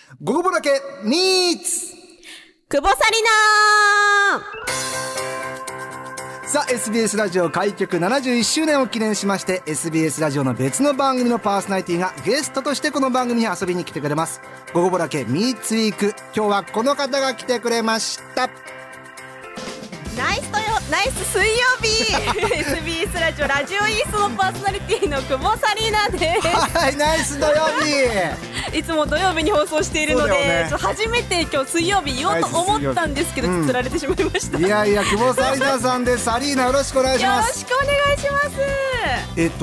午後ぼらけミーツ久保サリナさあ SBS ラジオ開局71周年を記念しまして SBS ラジオの別の番組のパーソナリティがゲストとしてこの番組に遊びに来てくれます。午後ぼらけミーツウィーク、今日はこの方が来てくれました。 ナイス水曜日SBS ラジオラジオイーストのパーソナリティの久保サリーナです。 はい、ナイス土曜日いつも土曜日に放送しているので、 ね、 初めて今日水曜日言おうと思ったんですけど、つられてしまいました。 いやいや、久保サリーナさんです。サリーナよろしくお願いします。 よろしくお願いします。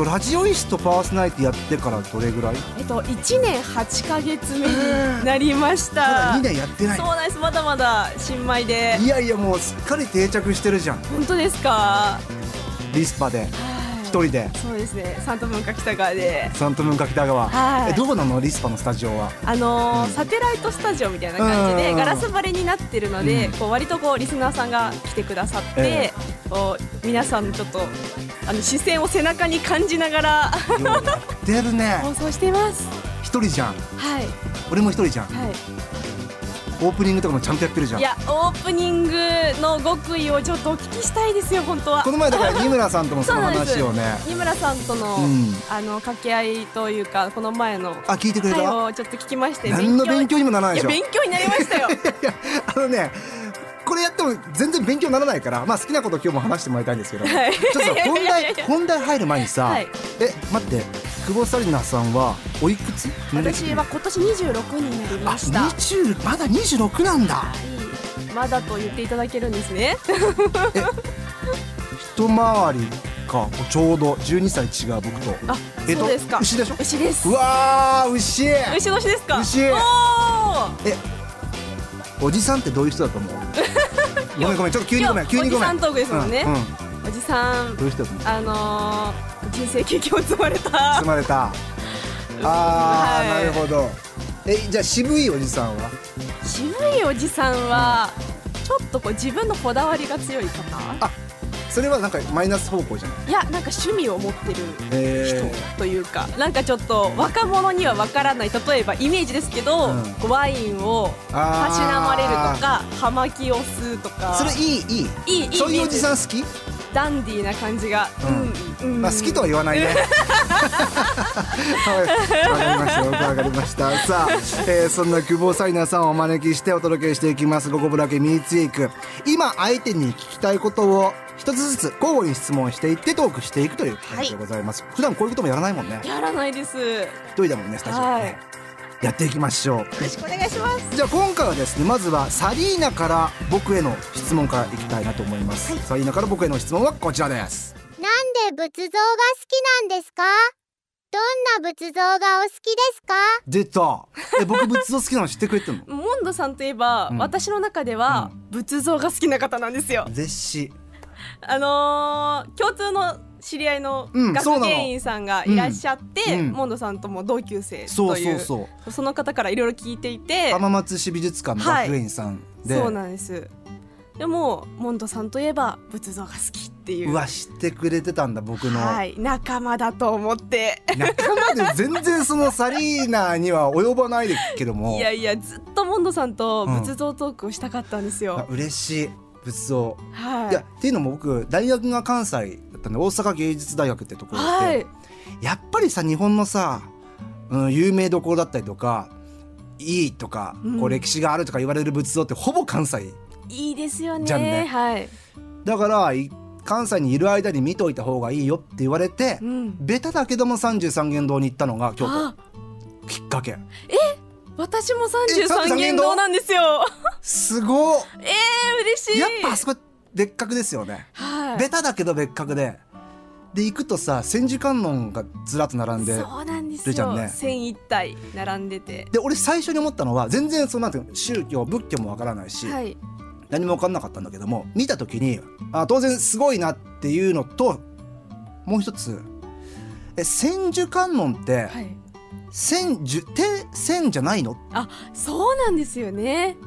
ラジオイーストパーソナリティやってからどれぐらい 1年8ヶ月目になりました。 まだ2年やってない。 そうなんです、まだまだ新米で。 いやいや、もうすっかり定着してるじゃん。 本当ですか。 リスパで一人で。 そうですね、サント文化北川で。 サント文化北川、 はい、 どこなのリスパのスタジオは。 サテライトスタジオみたいな感じでガラス張りになってるので、こう割とこうリスナーさんが来てくださって、こう皆さんのちょっと視線を背中に感じながらやってるね放送しています。 一人じゃん。 はい、 俺も一人じゃん。 はい、 オープニングとかもちゃんとやってるじゃん。 いや、オープニングの極意をちょっとお聞きしたいですよ、本当は。 この前だから二村さんともその話をね二村さんとの、掛け合いというか、この前の聞いてくれたをちょっと聞きまして、 何の勉強にもならないでしょ。 いや、勉強になりましたよ。 いやこれやっても全然勉強にならないから、好きなこと今日も話してもらいたいんですけど、 はい、 ちょっと本題入る前にさ、はい、待って、久保サリナさんはおいくつ？ 私は今年26になりました。 まだ26なんだ。 まだと言っていただけるんですね。 一回りか、ちょうど12歳違う僕と。 そうですか。 牛でしょ。 牛です。 うわー、牛年ですか。 牛。おじさんってどういう人だと思う？ごめんちょっと急にごめん。 おじさんトークですもんね。おじさん、 どういう人だと思う？ 人生経験を積まれた。 なるほど。じゃあ渋いおじさんは？ 渋いおじさんはちょっとこう自分のこだわりが強い方。 それはなんかマイナス方向じゃない？ いや、なんか趣味を持ってる人というか、なんかちょっと若者にはわからない、例えばイメージですけど、ワインをたしなまれるとか、葉巻を吸うとか。 それいいそういうおじさん好き？ ダンディーな感じが、 好きとは言わないね。わかりました。さあ、そんな久保サリナさんをお招きしてお届けしていきます午後ぼらけミーツウィーク。今相手に聞きたいことを一つずつ交互に質問していってトークしていくという感じでございます。普段こういうこともやらないもんね。 やらないです。 一人だもんね、スタジオね。やっていきましょう。よろしくお願いします。 じゃあ今回はですね、まずはサリーナから僕への質問からいきたいなと思います。サリーナから僕への質問はこちらです。 なんで仏像が好きなんですか？どんな仏像がお好きですか？ 出た。僕仏像好きなの知ってくれてるの？ モンドさんといえば、私の中では仏像が好きな方なんですよ。 絶死。 共通の知り合いの学芸員さんがいらっしゃって、モンドさんとも同級生という、その方からいろいろ聞いていて、 浜松市美術館の学芸員さんで、 そうなんです。でもモンドさんといえば仏像が好きっていう。 うわ、知ってくれてたんだ、僕の、 仲間だと思って。 仲間で全然そのサリーナには及ばないけども。 いやいや、ずっとモンドさんと仏像トークをしたかったんですよ。 嬉しい。仏像、いやっていうのも僕大学が関西だったんで、大阪芸術大学ってところで、やっぱりさ、日本のさ、有名どころだったりとかいいとか、こう歴史があるとか言われる仏像ってほぼ関西いいですよね。 じゃんね。だから関西にいる間に見といた方がいいよって言われて、ベタだけども33間堂に行ったのが京都きっかけ。 私も33間堂なんですよ。 すごっ。 嬉しい。 やっぱあそこ別格ですよね。ベタだけど別格で行くとさ、千手観音がずらっと並んでるじゃんね。 千一体並んでて、 で俺最初に思ったのは、全然なんていうの、宗教仏教もわからないし、何も分かんなかったんだけども、見た時に当然すごいなっていうのと、もう一つ、千手観音って、千じゃないの？ そうなんですよね。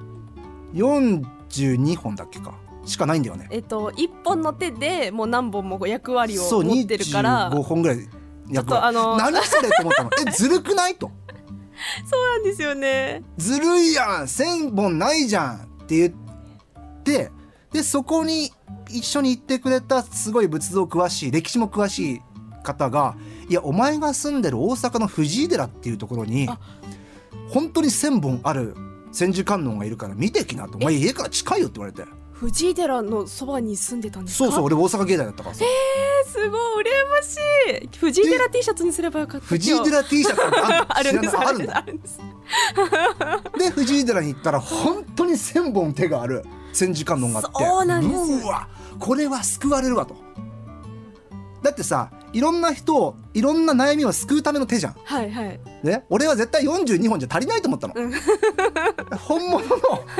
42本だっけかしかないんだよね。 1本の手でもう何本も役割を持ってるから、 25本ぐらい役割。何それと思ったの。ずるくないと。 そうなんですよね。 ずるいやん、1000本ないじゃんって言って、でそこに一緒に行ってくれたすごい仏像詳しい、歴史も詳しい方が、いやお前が住んでる大阪の藤井寺っていうところに本当に1000本ある千手観音がいるから見てきなと、お前家から近いよって言われて。 藤井寺のそばに住んでたんですか？ そうそう、俺大阪芸大だったからさ。 すごい羨ましい。藤井寺 T シャツにすればよかった。 藤井寺 T シャツなんてあるんです、 あるんだ。で藤井寺に行ったら本当に1000本手がある千手観音があって、 そうなんです。 うわこれは救われるわと。だってさ、いろんな人をいろんな悩みを救うための手じゃん。 はいはい。 ね、俺は絶対42本じゃ足りないと思ったの、本物の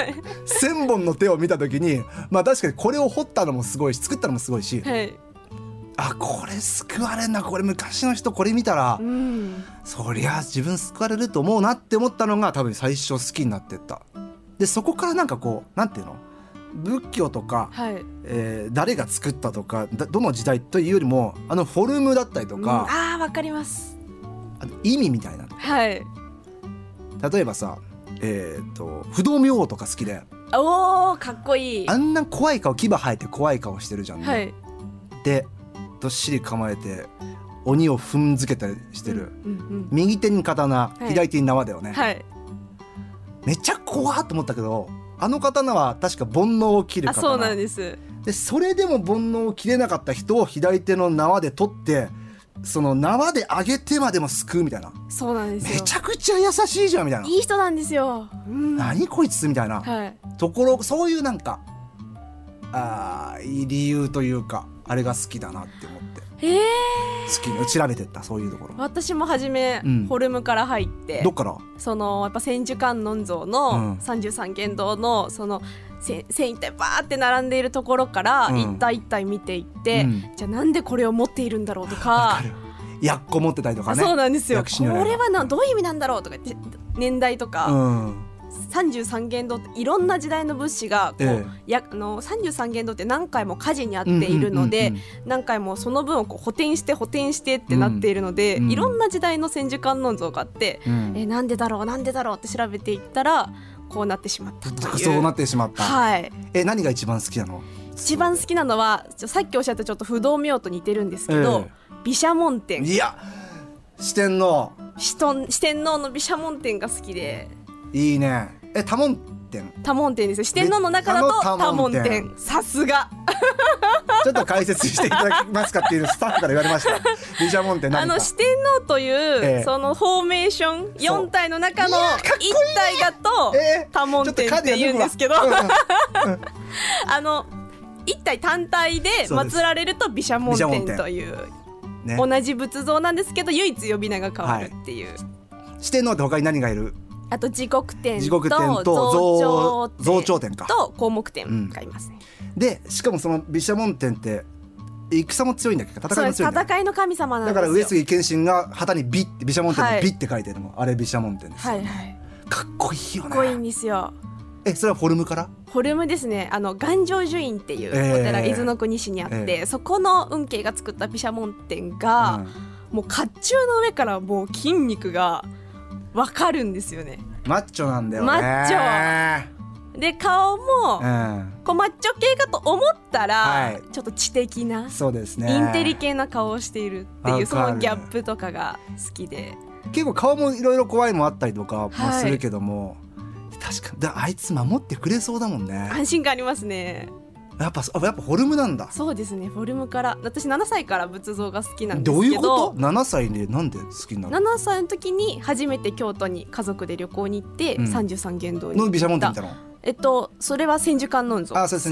1000本の手を見た時に、まあ確かにこれを彫ったのもすごいし、作ったのもすごいし、 はい、 あこれ救われんな、これ昔の人これ見たら、そりゃ自分救われると思うなって思ったのが多分最初好きになってった。でそこからなんかこうなんていうの、仏教とか、はい、誰が作ったとかどの時代というよりもフォルムだったりとか、 あわかります。 意味みたいな、 はい、 例えばさ、不動明王とか好きで、 おーかっこいい。 あんな怖い顔、牙生えて怖い顔してるじゃんね、はい、でどっしり構えて鬼を踏んづけたりしてる、右手に刀、左手に縄だよね、はい、めっちゃ怖っと思ったけど、あの刀は確か煩悩を切る刀。 そうなんです。 でそれでも煩悩を切れなかった人を左手の縄で取って、その縄で上げてまでも救うみたいな。 そうなんですよ。 めちゃくちゃ優しいじゃんみたいな。 いい人なんですよ、 何こいつみたいな、はい、ところ、そういうなんかいい理由というか、あれが好きだなって思って、好きに調べてった。そういうところ私も初め、フォルムから入って、 どっから？ そのやっぱ千手観音像の33間堂のその線一体バーって並んでいるところから一体一体見ていって、じゃあなんでこれを持っているんだろうとか、 やっこ持ってたりとかね。 そうなんですよ。これはどういう意味なんだろうとか言って、年代とか、33間堂っていろんな時代の仏師がこう、33間堂って何回も火事にあっているので、何回もその分をこう補填してってなっているので、いろんな時代の千手観音像があって、なんでだろうって調べていったらこうなってしまったという。 そうなってしまった、 はい。 何が一番好きなの？ 一番好きなのはさっきおっしゃったちょっと不動明王と似てるんですけど、毘沙門天。 いや四天王の毘沙門天が好きで。 いいね。多聞天。 多聞天ですよ。四天王の中だと多聞天。さすが。 ちょっと解説していただけますかっていうスタッフから言われました。毘沙門天何か。 四天王という、そのフォーメーション4体の中の1体だと多聞天って言うんですけど、1体単体で祀られると毘沙門天という、同じ仏像なんですけど唯一呼び名が変わるっていう。 四天王って他に何がいる？ あと地獄天と増長天かと項目天がいますね、 でしかもその毘沙門天って戦も強いんだっけ？戦いも強いんだっけ？ 戦いの神様なんですよ。 だから上杉謙信が旗に毘沙門天の毘って書いてるのも、あれ毘沙門天ですよ、はいはい、かっこいいよね。 かっこいいんですよ。 それはフォルムから？ フォルムですね。願成就院っていうお寺が伊豆の国市にあって、そこの運慶が作った毘沙門天が、もう甲冑の上からもう筋肉がわかるんですよね。 マッチョなんだよね。 マッチョで顔も、こうマッチョ系かと思ったら、ちょっと知的な、 そうですね、 インテリ系な顔をしているっていう、そのギャップとかが好きで。 結構顔もいろいろ怖いのもあったりとかもするけども、確かにあいつ守ってくれそうだもんね。 安心感ありますね。 やっぱフォルムなんだ。 そうですね、フォルムから。私7歳から仏像が好きなんですけど。 どういうこと？ 7 歳でなんで好きになるの ？7歳の時に初めて京都に家族で旅行に行って、33間堂にの毘沙門天見たの？ それは千手観音像。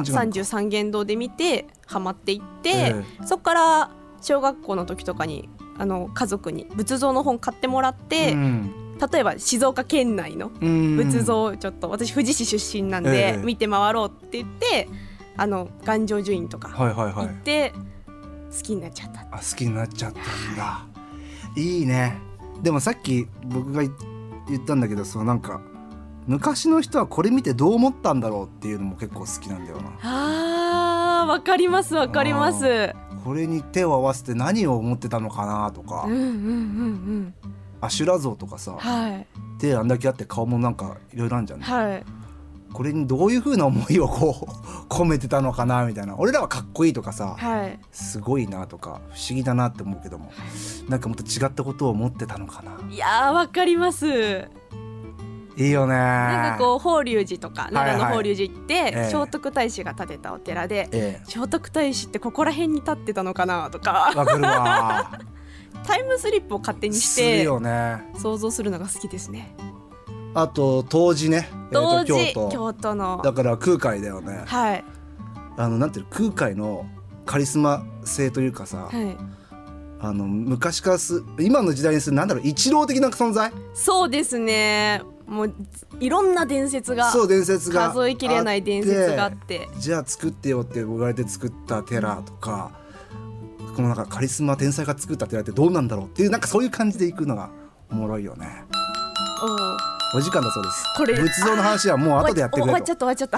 33 間堂で見てハマっていって、そこから小学校の時とかに家族に仏像の本買ってもらって、例えば静岡県内の仏像をちょっと、私富士市出身なんで、見て回ろうって言って願成就院とか行って好きになっちゃった。 好きになっちゃったんだ、いいね。でもさっき僕が言ったんだけど、そのなんか昔の人はこれ見てどう思ったんだろうっていうのも結構好きなんだよな。 わかりますわかります。 これに手を合わせて何を思ってたのかなとか、 アシュラ像とかさ、 はい、 であんだけあって顔もなんかいろいろあるんじゃない、 はい、 これにどういう風な思いをこう込めてたのかなみたいな。俺らはかっこいいとかさ、 はい、 すごいなとか不思議だなって思うけども、なんかもっと違ったことを思ってたのかな。 いやーわかります。 いいよね。 なんかこう法隆寺とか奈良の法隆寺行って、聖徳太子が建てたお寺で、聖徳太子ってここら辺に立ってたのかなとか。 わかるわタイムスリップを勝手にして、想像するのが好きですね。 あと東寺ね、 京都のだから空海だよね。 はい。 なんていう空海のカリスマ性というかさ、はい、昔から今の時代にするなんだろう、一郎的な存在。 そうですね。もういろんな伝説が、 そう伝説が数えきれない伝説があって、 じゃあ作ってよって言われて作った寺とか、このなんかカリスマ天才が作った寺ってどうなんだろうっていう、なんかそういう感じでいくのがおもろいよね。お時間だそうです。これ仏像の話はもう後でやってくれと。 終わっちゃった、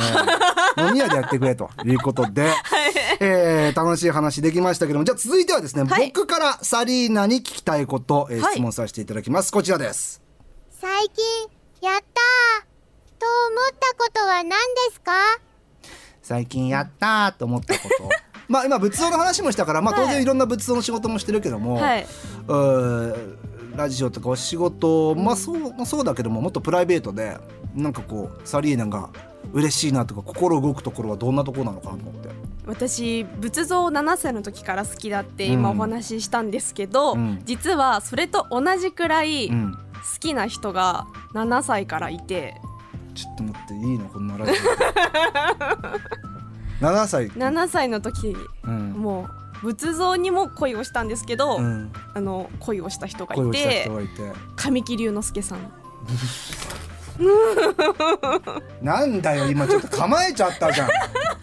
飲み屋でやってくれということで、はい、楽しい話できましたけども、じゃあ続いてはですね、はい、僕からサリーナに聞きたいこと、質問させていただきます。こちらです。 最近やったーと思ったことは何ですか？ 最近やったーと思ったことまあ今仏像の話もしたから、まあ、当然いろんな仏像の仕事もしてるけども、はい、ラジオとかお仕事、まあそうだけども、もっとプライベートでなんかこうサリーナが嬉しいなとか心動くところはどんなところなのかなと思って。 私仏像7歳の時から好きだって今お話ししたんですけど、実はそれと同じくらい好きな人が7歳からいて、 ちょっと待っていいのこんなラジオ7歳の時、もう仏像にも恋をしたんですけど、恋をした人がいて、神木隆之介さんなんだよ今ちょっと構えちゃったじゃん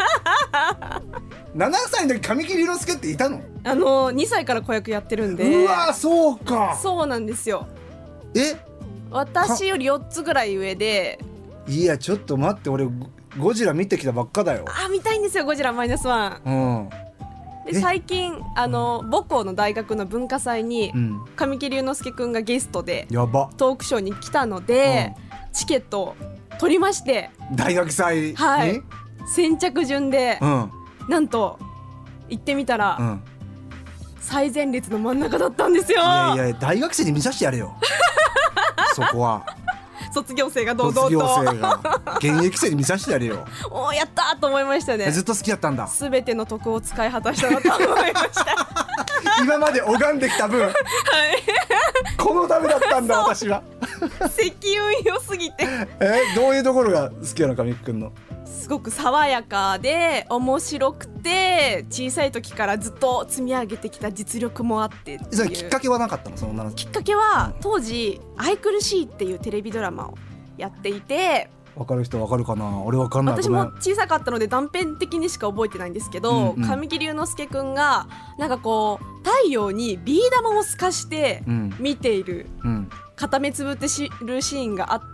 7歳の時神木隆之介っていたの ？2歳から子役やってるんで。 うわそうか。 そうなんですよ。私より4つぐらい上で。 いやちょっと待って、俺ゴジラ見てきたばっかだよ。 見たいんですよゴジラ-1。で最近母校の大学の文化祭に神木隆之介くんがゲストでトークショーに来たので、チケットを取りまして、 大学祭に、 はい、先着順で、なんと行ってみたら、最前列の真ん中だったんですよ。 いや大学生に見させてやれよそこは卒業生が堂々と、 卒業生が現役生に見させてやれよおーやったーと思いましたね。 ずっと好きだったんだ。 すべての徳を使い果たしたなと思いました今まで拝んできた分、はい、このためだったんだ私は積運良すぎてどういうところが好きなの神木くんの？ すごく爽やかで面白くて、小さい時からずっと積み上げてきた実力もあってっていう。 きっかけはなかったの？その女の子きっかけは、当時愛くるしいっていうテレビドラマをやっていて、 分かる人分かるかな？俺分かんない。 私も小さかったので断片的にしか覚えてないんですけど、神木隆之介くんがなんかこう太陽にビー玉を透かして見ている、片目つぶってるシーンがあって、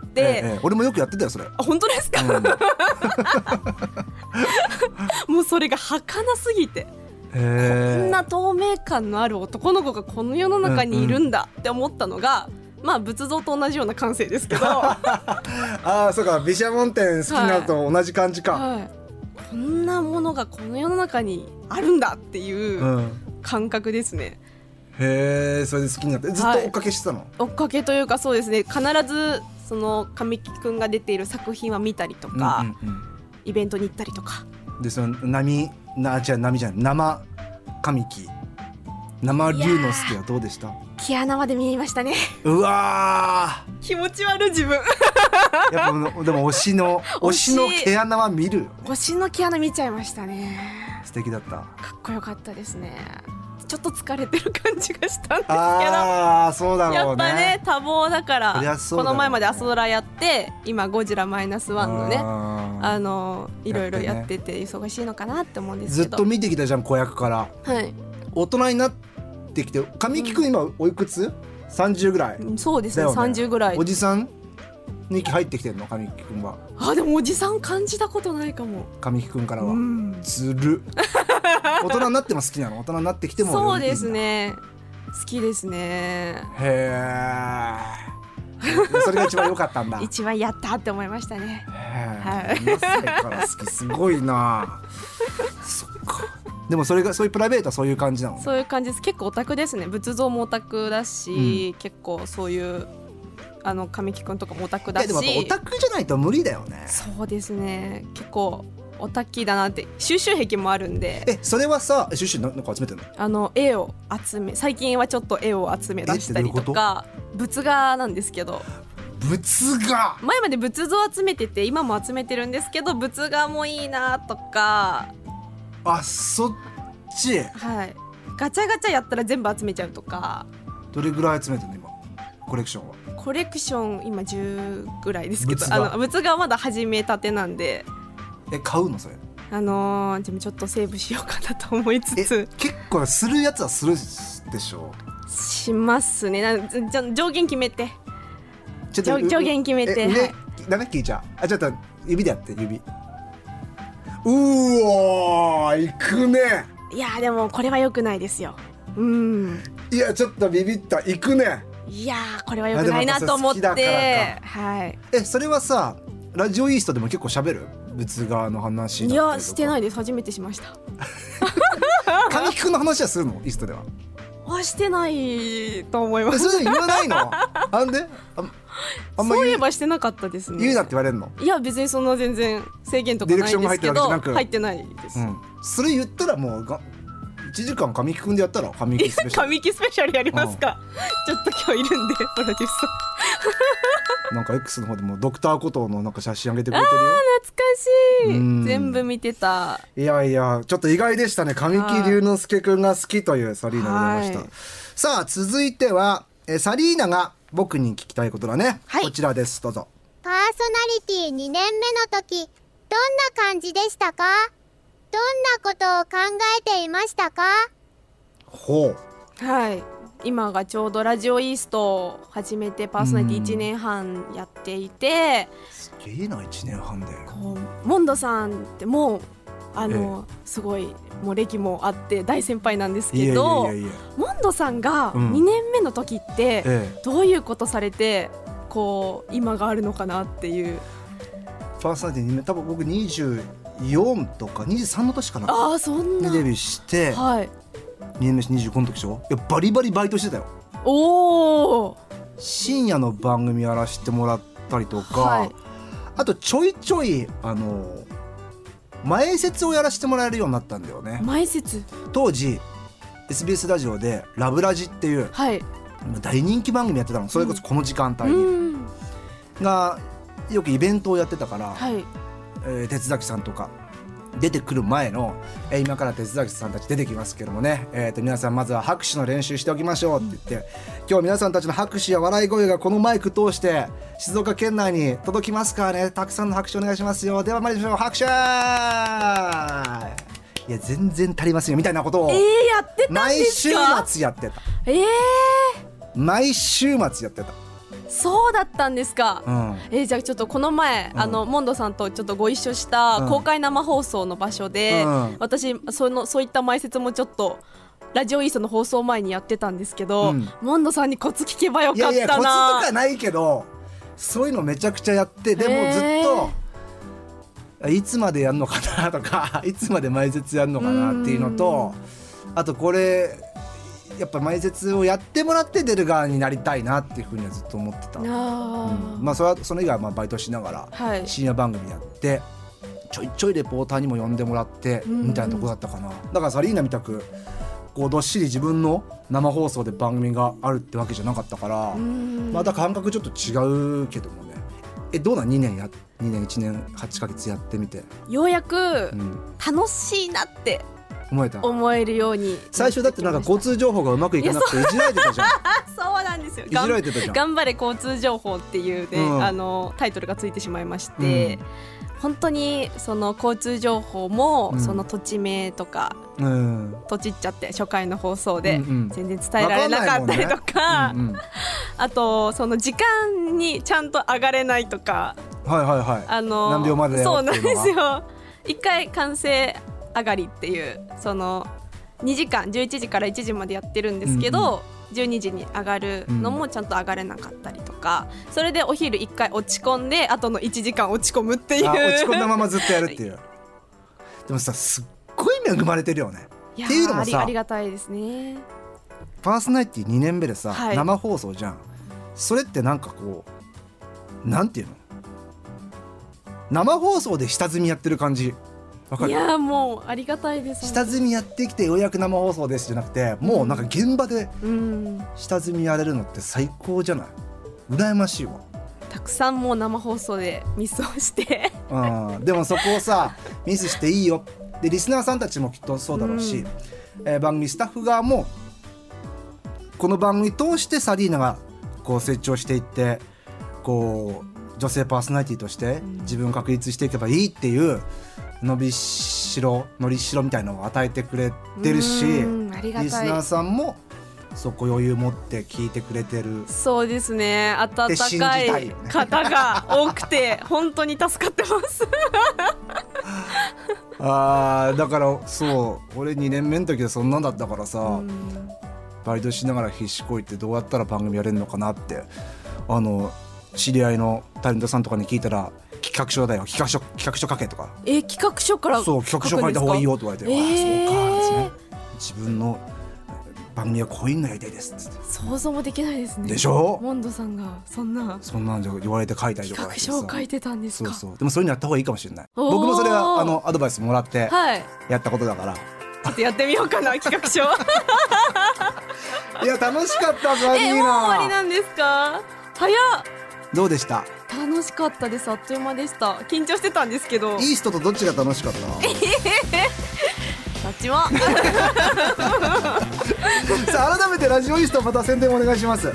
俺もよくやってたよそれ。 本当ですか？もうそれが儚すぎて、こんな透明感のある男の子がこの世の中にいるんだって思ったのが、まあ仏像と同じような感性ですけどそうか、毘沙門天好きなのと同じ感じか、 こんなものがこの世の中にあるんだっていう感覚ですね。 へえ、それで好きになってずっと追っかけしてたの？ 追っかけというか、そうですね、必ずその神木くんが出ている作品は見たりとか、イベントに行ったりとかで、 その生神木生龍之介はどうでした？ 毛穴まで見えましたね。 うわ気持ち悪い自分やっぱでも推しの毛穴は見る。 推しの毛穴見ちゃいましたね。 素敵だった。 かっこよかったですね。ちょっと疲れてる感じがしたんですけど、 そうだろうね、 やっぱね多忙だから、この前まで朝ドラやって、今ゴジラ-1のね、いろいろやってて忙しいのかなって思うんですけど、 ずっと見てきたじゃん子役から、大人になってきて、神木くん今おいくつ？30ぐらい？ そうですね、30ぐらい。 おじさんの域入ってきてるの神木くんは？ でもおじさん感じたことないかも。 神木くんからは、ずる大人になっても好きなの？大人になってきても？ そうですね、 好きですね。 へそれが一番良かったんだ。 一番やったって思いましたね。 はい、7歳から好き、すごいなそっか。でもそれがそういうプライベートはそういう感じなの？ そういう感じです。結構オタクですね。仏像もオタクだし、結構そういう神木くんとかもオタクだし。 でもオタクじゃないと無理だよね。 そうですね、結構オタキだなって。収集癖もあるんで。 それはさ、収集なんか集めてるの？絵を集め、最近はちょっと絵を集め出したりとか。仏画なんですけど。 仏画、 前まで仏像集めてて、今も集めてるんですけど、仏画もいいなとか。 あ、そっち。 はい、ガチャガチャやったら全部集めちゃうとか。 どれぐらい集めてるの今、コレクションは？ コレクション今10ぐらいですけど、仏画はまだ始めたてなんで。 買うのそれ？ でもちょっとセーブしようかなと思いつつ。 結構するやつはするでしょ？しますね。上限決めて。上限決めて。 ダメ？聞いちゃう。ちょっと指でやって、指。おー、いくね。 いやでもこれは良くないですよ。 いやちょっとビビった、いくね。 いやこれは良くないなと思って。はい。 それはさ、ラジオイーストでも結構喋る？仏画の話。 いやしてないです。初めてしました。 神木くんの話はするの？イーストでは。 してないと思います。 それ言わないの？なんで？ そういえばしてなかったですね。 言うなって言われるの？いや別にそんな全然制限とかないですけど、入ってないです。 それ言ったらもう1時間神木くんでやったら、神木スペシャル。 神木スペシャルやりますか？ちょっと今日いるんで、プロデューサー。なんか X の方でもドクターコトーのなんか写真上げてくれてるよ。 懐かしい。全部見てた。 いやいや、ちょっと意外でしたね。神木隆之介くんが好きというサリーナでございました。さあ続いてはサリーナが僕に聞きたいことだね。こちらです、どうぞ。 パーソナリティ2年目の時、どんな感じでしたか？どんなことを考えていましたか？ ほう。 はい、今がちょうどラジオイーストを始めてパーソナリティ1年半やっていて。 すげえな、1年半で。 モンドさんってもうすごいもう歴もあって大先輩なんですけど、モンドさんが2年目の時ってどういうことされてこう今があるのかなっていう。 パーソナリティ2年、多分僕24とか23の年かな。 そんなにデビューして、2年目25の時でしょ。いやバリバリバイトしてたよ。深夜の番組やらせてもらったりとか、あとちょいちょい前説をやらせてもらえるようになったんだよね。 前説。 当時 SBS ラジオでラブラジっていう、大人気番組やってたの。それこそこの時間帯に、がよくイベントをやってたから、鉄崎さんとか出てくる前の、今から鉄崎さんたち出てきますけどもね、皆さんまずは拍手の練習しておきましょうって言って、今日皆さんたちの拍手や笑い声がこのマイク通して静岡県内に届きますからね、たくさんの拍手お願いしますよ。では参りましょう、拍手。いや全然足りませんよみたいなことを、 やってたんですか？ 毎週末やってた。毎週末やってた。 そうだったんですか。じゃあちょっとこの前、モンドさんとちょっとご一緒した公開生放送の場所で、私そういった前説もちょっとラジオイーストの放送前にやってたんですけど、モンドさんにコツ聞けばよかったな。 いやいやコツとかないけど、そういうのめちゃくちゃやって、でもずっといつまでやるのかなとかいつまで前説やるのかなっていうのと、あとこれやっぱ前説をやってもらって出る側になりたいなっていうふうにはずっと思ってた。それ以外はバイトしながら深夜番組やって、ちょいちょいレポーターにも呼んでもらってみたいなとこだったかな。だからサリーナみたくこうどっしり自分の生放送で番組があるってわけじゃなかったから、また感覚ちょっと違うけどもね。どうなん？2年1年8ヶ月やってみてようやく楽しいなって思えるように。 最初だってなんか交通情報がうまくいかなくていじられてたじゃん。 そうなんですよ。 いじられてたじゃん。 頑張れ交通情報っていうね、タイトルがついてしまいまして、本当にその交通情報も、その土地名とか、土地っちゃって初回の放送で全然伝えられなかったりとか、あとその時間にちゃんと上がれないとか、 何秒までだよっていうのが。そうなんですよ。 一回完成上がりっていうその2時間11時から1時までやってるんですけど、 12時に上がるのもちゃんと上がれなかったりとか、それでお昼1回落ち込んであとの1時間落ち込むっていう、 落ち込んだままずっとやるっていうでもさすっごい恵まれてるよね。っていうのもさ、 ありがたいですね。 パーソナリティ2年目でさ、生放送じゃん。それってなんかこうなんていうの、生放送で下積みやってる感じ。わかる？ いやもうありがたいです。 下積みやってきてようやく生放送ですじゃなくて、もうなんか現場で下積みやれるのって最高じゃない？羨ましいわ。 たくさんもう生放送でミスをしてでもそこをさミスしていいよで、リスナーさんたちもきっとそうだろうし、番組スタッフ側もこの番組通してサリーナがこう成長していって、こう女性パーソナリティとして自分を確立していけばいいっていうのりしろみたいなのを与えてくれてるし、リスナーさんもそこ余裕持って聞いてくれてる。 そうですね、温かい方が多くて本当に助かってますだからそう俺2年目の時はそんなんだったからさ、バイトしながら必死こいってどうやったら番組やれるのかなって、知り合いのタレントさんとかに聞いたら、企画書だよ、企画書書けとか、 企画書からそう企画書書いた方がいいよと言われて、そうかですね、自分の番組はこういうのやりたいですって想像もできないですね。 でしょ。 モンドさんがそんなん言われて書いたりとか、 企画書を書いてたんですか。 そうでもそういうのやった方がいいかもしれない。僕もそれはアドバイスもらってやったことだから、 ちょっとやってみようかな企画書いや楽しかったサリーナ。 もう終わりなんですか。早っ。 どうでした？ 楽しかったです。あっという間でした。緊張してたんですけど。 いい人とどっちが楽しかった？ どっちもさあ改めてラジオイーストまた宣伝お願いします。 はい、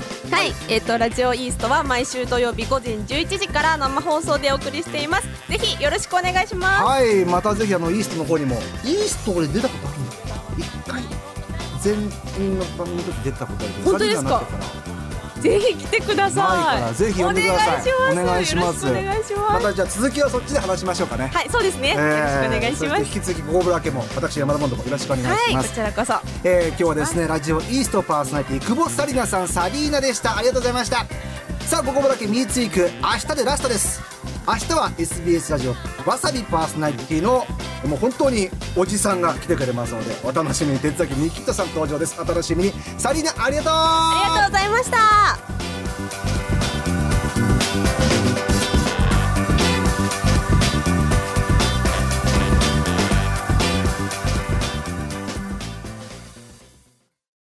ラジオイーストは毎週土曜日午前11時から生放送でお送りしています。ぜひよろしくお願いします。 はい、またぜひイーストの方にも。イースト俺出たことあるんだ。1回前任の番組の時出たことあるけど、 本当ですか？ぜひ来てください。 ぜひ呼んでください。 お願いします。 またじゃあ続きはそっちで話しましょうかね。 はい、そうですね。よろしくお願いします。 引き続きゴーブラ家も私山田モンドもよろしくお願いします。 はい、こちらこそ。 今日はですねラジオイーストパーソナリティ久保紗理奈さん、サリーナでした。ありがとうございました。さあゴーブラ家ミーツウィーク明日でラストです。明日は SBS ラジオわさびパーソナリティのもう本当におじさんが来てくれますのでお楽しみに。鉄崎ミキットさん登場です。お楽しみに。サリーナありがとう。 ありがとうございました。